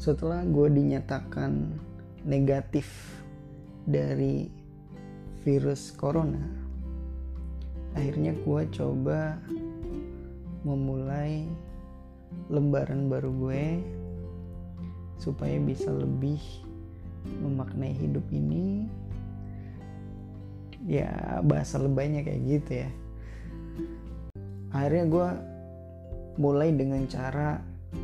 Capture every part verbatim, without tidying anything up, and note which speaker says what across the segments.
Speaker 1: setelah gue dinyatakan negatif dari virus corona, akhirnya gue coba memulai lembaran baru gue supaya bisa lebih memaknai hidup ini. Ya bahasa lebaynya kayak gitu ya. Akhirnya gue mulai dengan cara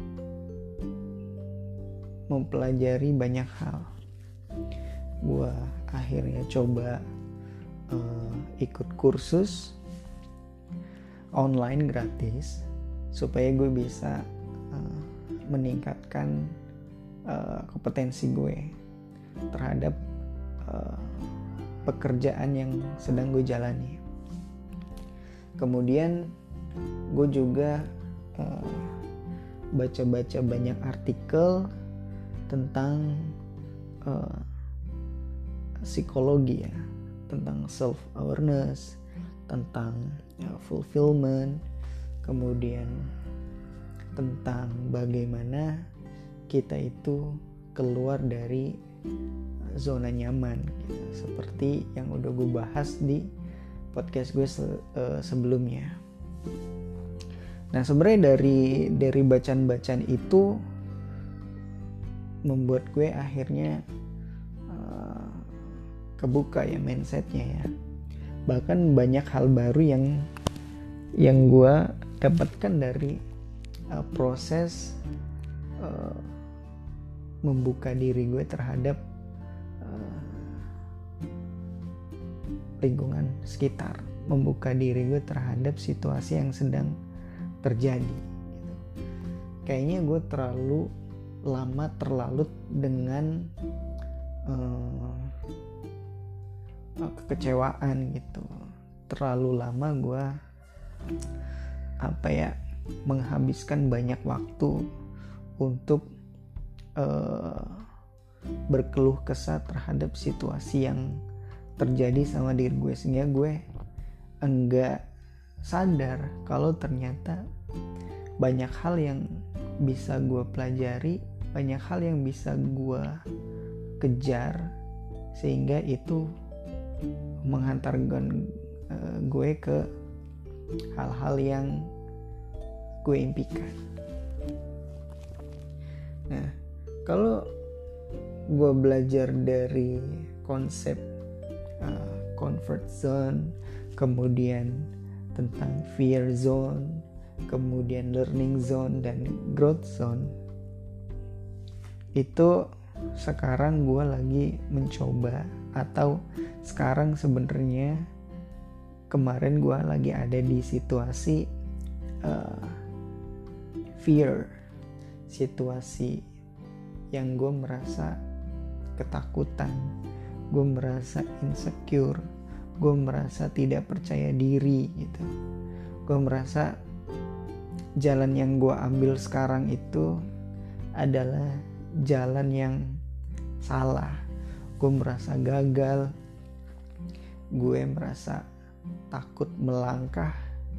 Speaker 1: mempelajari banyak hal. Gue akhirnya coba uh, ikut kursus online gratis supaya gue bisa uh, meningkatkan uh, kompetensi gue terhadap uh, pekerjaan yang sedang gue jalani. Kemudian gue juga uh, baca-baca banyak artikel tentang uh, psikologi ya, tentang self awareness, tentang ya, fulfillment, kemudian tentang bagaimana kita itu keluar dari zona nyaman gitu, seperti yang udah gue bahas di podcast gue se- uh, sebelumnya. Nah sebenarnya dari dari bacaan-bacaan itu membuat gue akhirnya uh, kebuka ya mindsetnya ya. Bahkan banyak hal baru yang yang gue dapatkan dari uh, proses uh, membuka diri gue terhadap uh, lingkungan sekitar, membuka diri gue terhadap situasi yang sedang terjadi gitu. Kayaknya gue terlalu lama terlalut dengan uh, kekecewaan gitu. Terlalu lama gue apa ya menghabiskan banyak waktu untuk uh, berkeluh kesah terhadap situasi yang terjadi sama diri gue, sehingga gue enggak sadar kalau ternyata banyak hal yang bisa gue pelajari, banyak hal yang bisa gue kejar, sehingga itu menghantarkan uh, gue ke hal-hal yang gue impikan. Nah, kalau gue belajar dari konsep uh, comfort zone, kemudian tentang fear zone, kemudian learning zone dan growth zone, itu sekarang gue lagi mencoba, atau sekarang sebenarnya kemarin gue lagi ada di situasi uh, fear, situasi yang gue merasa ketakutan, gue merasa insecure, gue merasa tidak percaya diri gitu. Gue merasa jalan yang gue ambil sekarang itu adalah jalan yang salah. Gue merasa gagal, gue merasa takut melangkah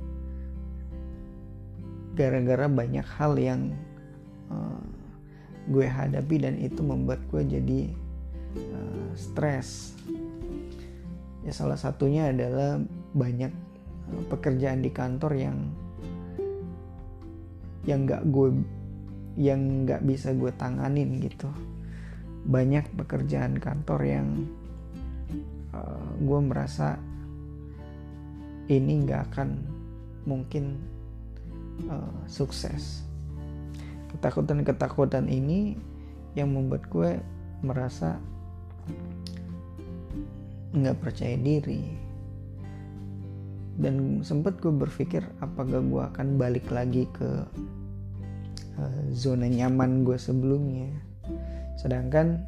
Speaker 1: gara-gara banyak hal yang uh, gue hadapi, dan itu membuat gue jadi uh, stres. Ya salah satunya adalah banyak uh, pekerjaan di kantor yang yang nggak gue yang nggak bisa gue tanganin gitu. Banyak pekerjaan kantor yang uh, gue merasa ini nggak akan mungkin uh, sukses. Ketakutan-ketakutan ini yang membuat gue merasa nggak percaya diri, dan sempat gue berpikir apakah gue akan balik lagi ke uh, zona nyaman gue sebelumnya. Sedangkan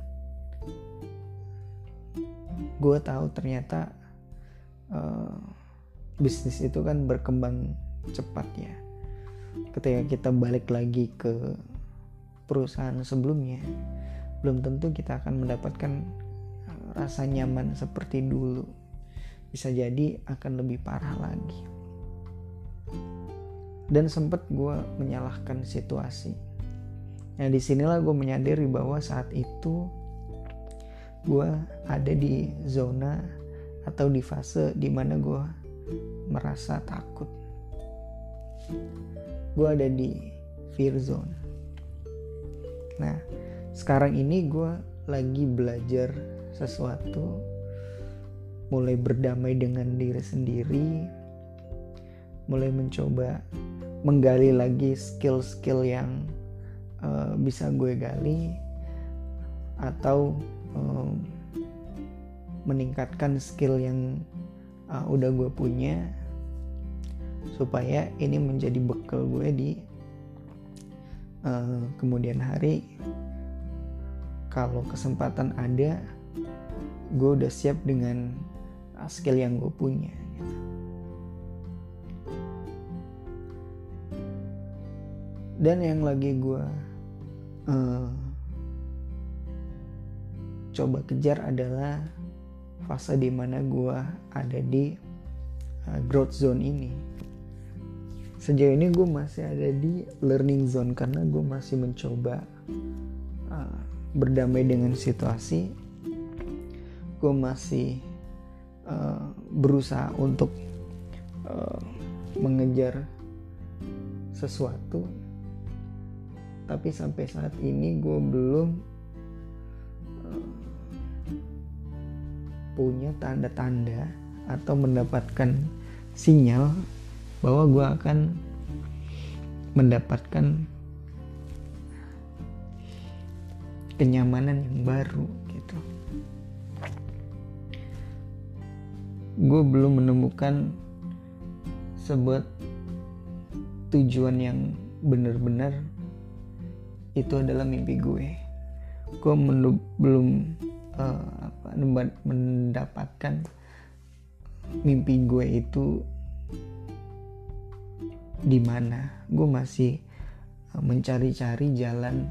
Speaker 1: gue tahu ternyata uh, bisnis itu kan berkembang cepat ya. Ketika kita balik lagi ke perusahaan sebelumnya, belum tentu kita akan mendapatkan rasa nyaman seperti dulu. Bisa jadi akan lebih parah lagi. Dan sempat gue menyalahkan situasi. Nah disinilah gue menyadari bahwa saat itu gue ada di zona atau di fase dimana gue merasa takut. Gue ada di fear zone. Nah sekarang ini gue lagi belajar sesuatu, mulai berdamai dengan diri sendiri, mulai mencoba menggali lagi skill-skill yang uh, bisa gue gali, atau um, meningkatkan skill yang uh, udah gue punya, supaya ini menjadi bekal gue di uh, kemudian hari. Kalau kesempatan ada, gue udah siap dengan uh, skill yang gue punya gitu. Dan yang lagi gue uh, coba kejar adalah fase dimana gue ada di uh, growth zone ini. Sejauh ini gue masih ada di learning zone karena gue masih mencoba uh, berdamai dengan situasi. Gue masih uh, berusaha untuk uh, mengejar sesuatu, tapi sampai saat ini gue belum uh, punya tanda-tanda atau mendapatkan sinyal bahwa gue akan mendapatkan kenyamanan yang baru gitu. Gue belum menemukan sebuah tujuan yang benar-benar itu adalah mimpi gue. Gue mendu- belum uh, apa, mendapatkan mimpi gue itu di mana. Gue masih uh, mencari-cari jalan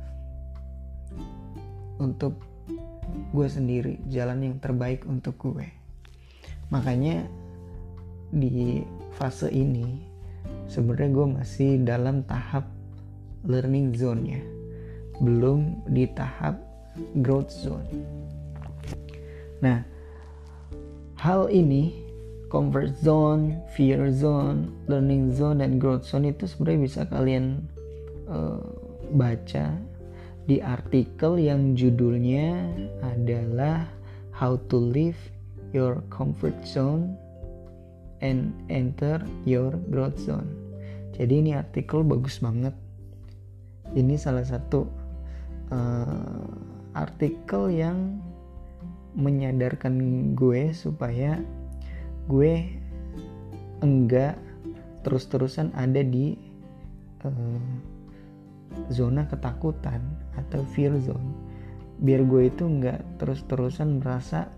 Speaker 1: untuk gue sendiri, jalan yang terbaik untuk gue. Makanya di fase ini sebenarnya gue masih dalam tahap learning zone-nya, belum di tahap growth zone. Nah, hal ini, comfort zone, fear zone, learning zone, dan growth zone itu sebenarnya bisa kalian uh, baca di artikel yang judulnya adalah How to Leave Your Comfort Zone and Enter Your Growth Zone. Jadi ini artikel bagus banget. Ini salah satu uh, artikel yang menyadarkan gue supaya gue enggak terus-terusan ada di uh, zona ketakutan atau fear zone. Biar gue itu enggak terus-terusan merasa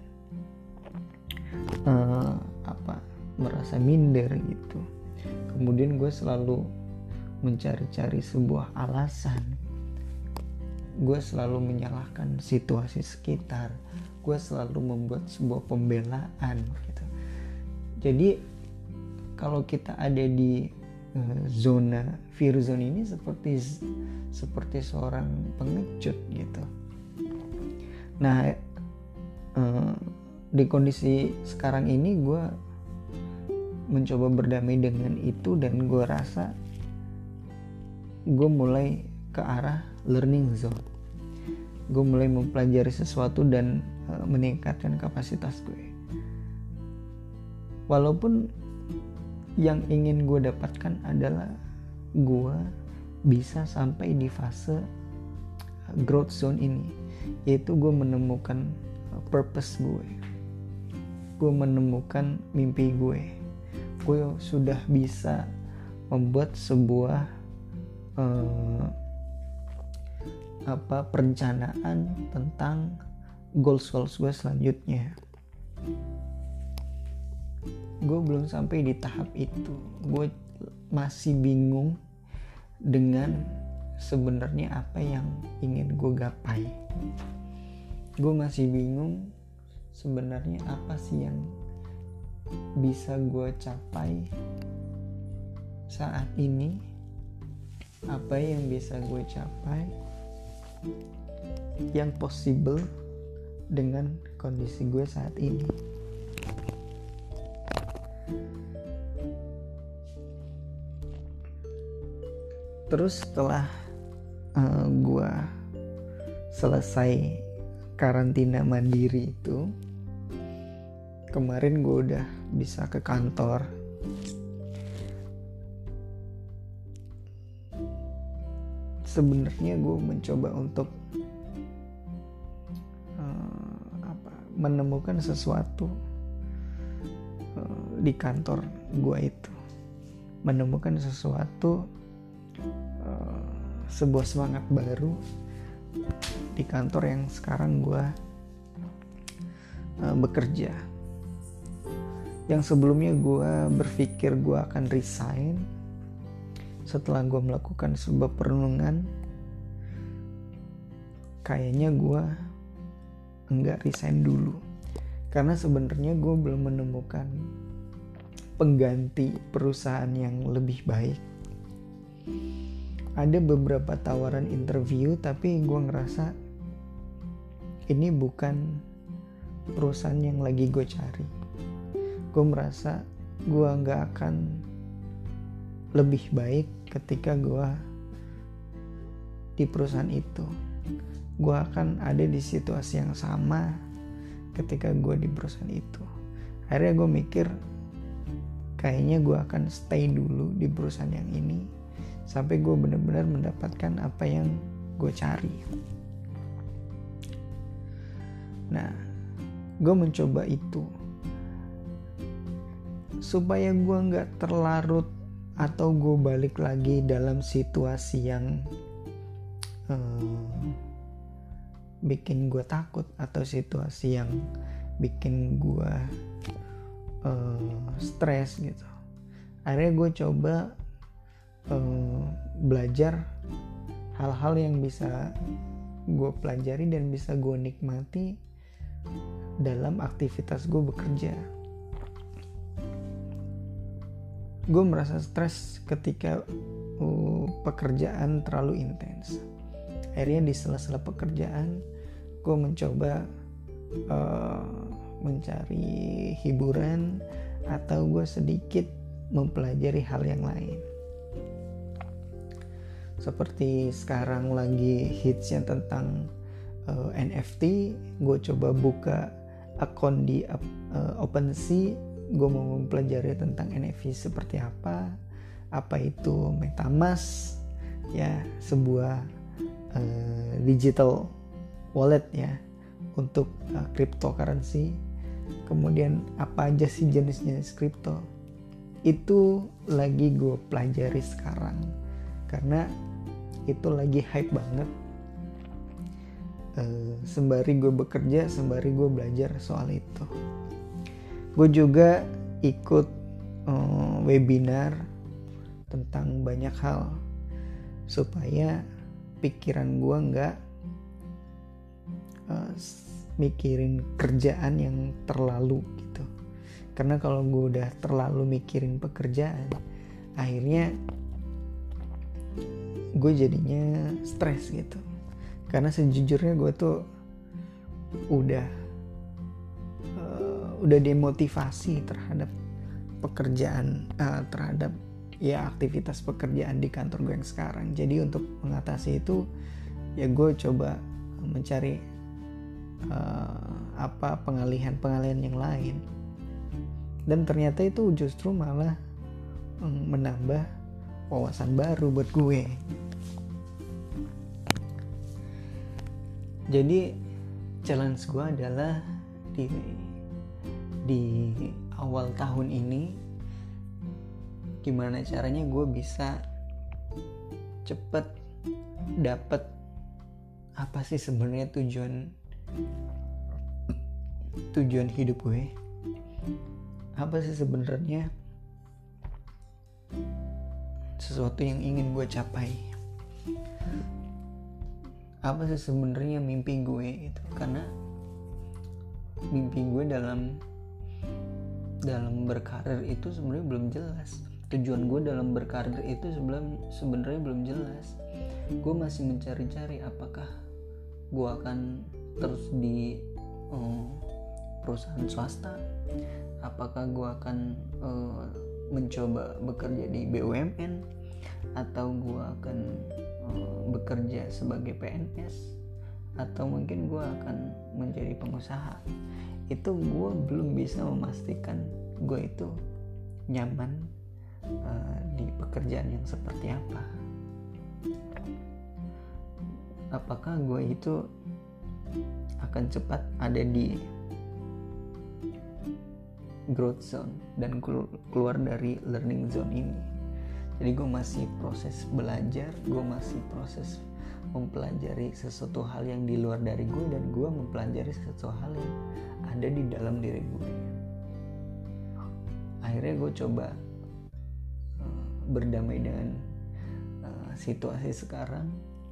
Speaker 1: uh, apa merasa minder gitu. Kemudian gue selalu mencari-cari sebuah alasan. Gue selalu menyalahkan situasi sekitar. Gue selalu membuat sebuah pembelaan gitu. Jadi kalau kita ada di uh, zona fear zone ini seperti seperti seorang pengecut gitu. Nah, uh, di kondisi sekarang ini gue mencoba berdamai dengan itu, dan gue rasa gue mulai ke arah learning zone. Gue mulai mempelajari sesuatu dan uh, meningkatkan kapasitas gue. Walaupun yang ingin gue dapatkan adalah gue bisa sampai di fase growth zone ini, yaitu gue menemukan uh, purpose gue. Gue menemukan mimpi gue. Gue sudah bisa membuat sebuah Uh, apa perencanaan tentang goals goals gue selanjutnya. Gue belum sampai di tahap itu. Gue masih bingung dengan sebenarnya apa yang ingin gue gapai. Gue masih bingung sebenarnya apa sih yang bisa gue capai saat ini. apa yang bisa gue capai, yang possible dengan kondisi gue saat ini. Terus setelah uh, gue selesai karantina mandiri itu, kemarin gue udah bisa ke kantor. Sebenarnya gue mencoba untuk uh, apa, menemukan sesuatu uh, di kantor gue itu, menemukan sesuatu, uh, sebuah semangat baru di kantor yang sekarang gue uh, bekerja. Yang sebelumnya gue berpikir gue akan resign. Setelah gue melakukan sebuah perenungan, kayaknya gue enggak resign dulu, karena sebenarnya gue belum menemukan pengganti perusahaan yang lebih baik. Ada beberapa tawaran interview, tapi gue ngerasa ini bukan perusahaan yang lagi gue cari. Gue merasa gue nggak akan lebih baik ketika gue di perusahaan itu. Gue akan ada di situasi yang sama ketika gue di perusahaan itu. Akhirnya gue mikir, kayaknya gue akan stay dulu di perusahaan yang ini sampai gue benar-benar mendapatkan apa yang gue cari. Nah, gue mencoba itu supaya gue nggak terlarut atau gue balik lagi dalam situasi yang hmm, bikin gue takut, atau situasi yang bikin gue uh, stres gitu. Akhirnya gue coba uh, belajar hal-hal yang bisa gue pelajari dan bisa gue nikmati dalam aktivitas gue bekerja. Gue merasa stres ketika uh, pekerjaan terlalu intens. Akhirnya di sela-sela pekerjaan gue mencoba uh, mencari hiburan, atau gue sedikit mempelajari hal yang lain. Seperti sekarang lagi hitsnya tentang uh, N F T, gue coba buka akun di uh, OpenSea. Gue mau mempelajari tentang N F T seperti apa, apa itu MetaMask, ya sebuah uh, digital wallet ya untuk uh, cryptocurrency. Kemudian apa aja sih jenis-jenis kripto, itu lagi gue pelajari sekarang karena itu lagi hype banget. Uh, sembari gue bekerja, sembari gue belajar soal itu. Gue juga ikut um, webinar tentang banyak hal supaya pikiran gue nggak uh, mikirin kerjaan yang terlalu gitu. Karena kalau gue udah terlalu mikirin pekerjaan, akhirnya gue jadinya stres gitu. Karena sejujurnya gue tuh udah udah demotivasi terhadap pekerjaan, uh, terhadap ya aktivitas pekerjaan di kantor gue yang sekarang. Jadi untuk mengatasi itu ya gue coba mencari uh, apa pengalihan-pengalihan yang lain, dan ternyata itu justru malah um, menambah wawasan baru buat gue. Jadi challenge gue adalah di di awal tahun ini gimana caranya gue bisa cepet dapet apa sih sebenarnya tujuan tujuan hidup gue, apa sih sebenarnya sesuatu yang ingin gue capai, apa sih sebenarnya mimpi gue itu. Karena mimpi gue dalam dalam berkarir itu sebenarnya belum jelas. tujuan gue dalam berkarir itu sebelum sebenarnya belum jelas. Gue masih mencari-cari apakah gue akan terus di uh, perusahaan swasta, apakah gue akan uh, mencoba bekerja di B U M N, atau gue akan uh, bekerja sebagai P N S, atau mungkin gue akan menjadi pengusaha. Itu gue belum bisa memastikan gue itu nyaman uh, di pekerjaan yang seperti apa. Apakah gue itu akan cepat ada di growth zone dan keluar dari learning zone ini. Jadi gue masih proses belajar, gue masih proses mempelajari sesuatu hal yang di luar dari gue, dan gue mempelajari sesuatu hal yang ada di dalam diri gue. Akhirnya gue coba uh, berdamai dengan uh, situasi sekarang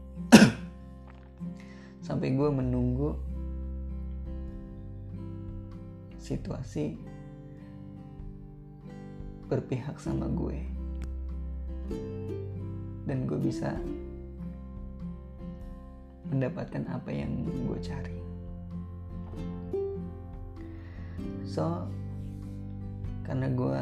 Speaker 1: sampai gue menunggu situasi berpihak sama gue dan gue bisa mendapatkan apa yang gue cari. So, karena gue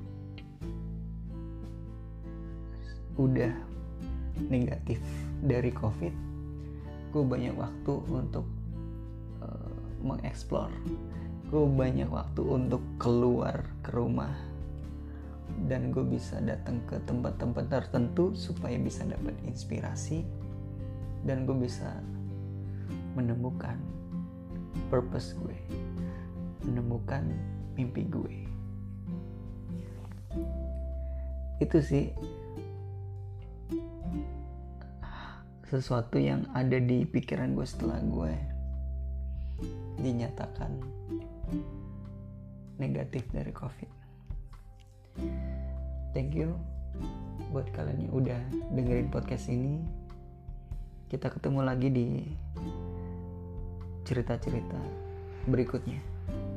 Speaker 1: udah negatif dari COVID, gue banyak waktu untuk uh, mengeksplor. Gue banyak waktu untuk keluar ke rumah, dan gue bisa datang ke tempat-tempat tertentu supaya bisa dapat inspirasi, dan gue bisa menemukan purpose gue, menemukan mimpi gue. Itu sih sesuatu yang ada di pikiran gue setelah gue dinyatakan negatif dari COVID. Thank you buat kalian yang udah dengerin podcast ini. Kita ketemu lagi di cerita-cerita berikutnya.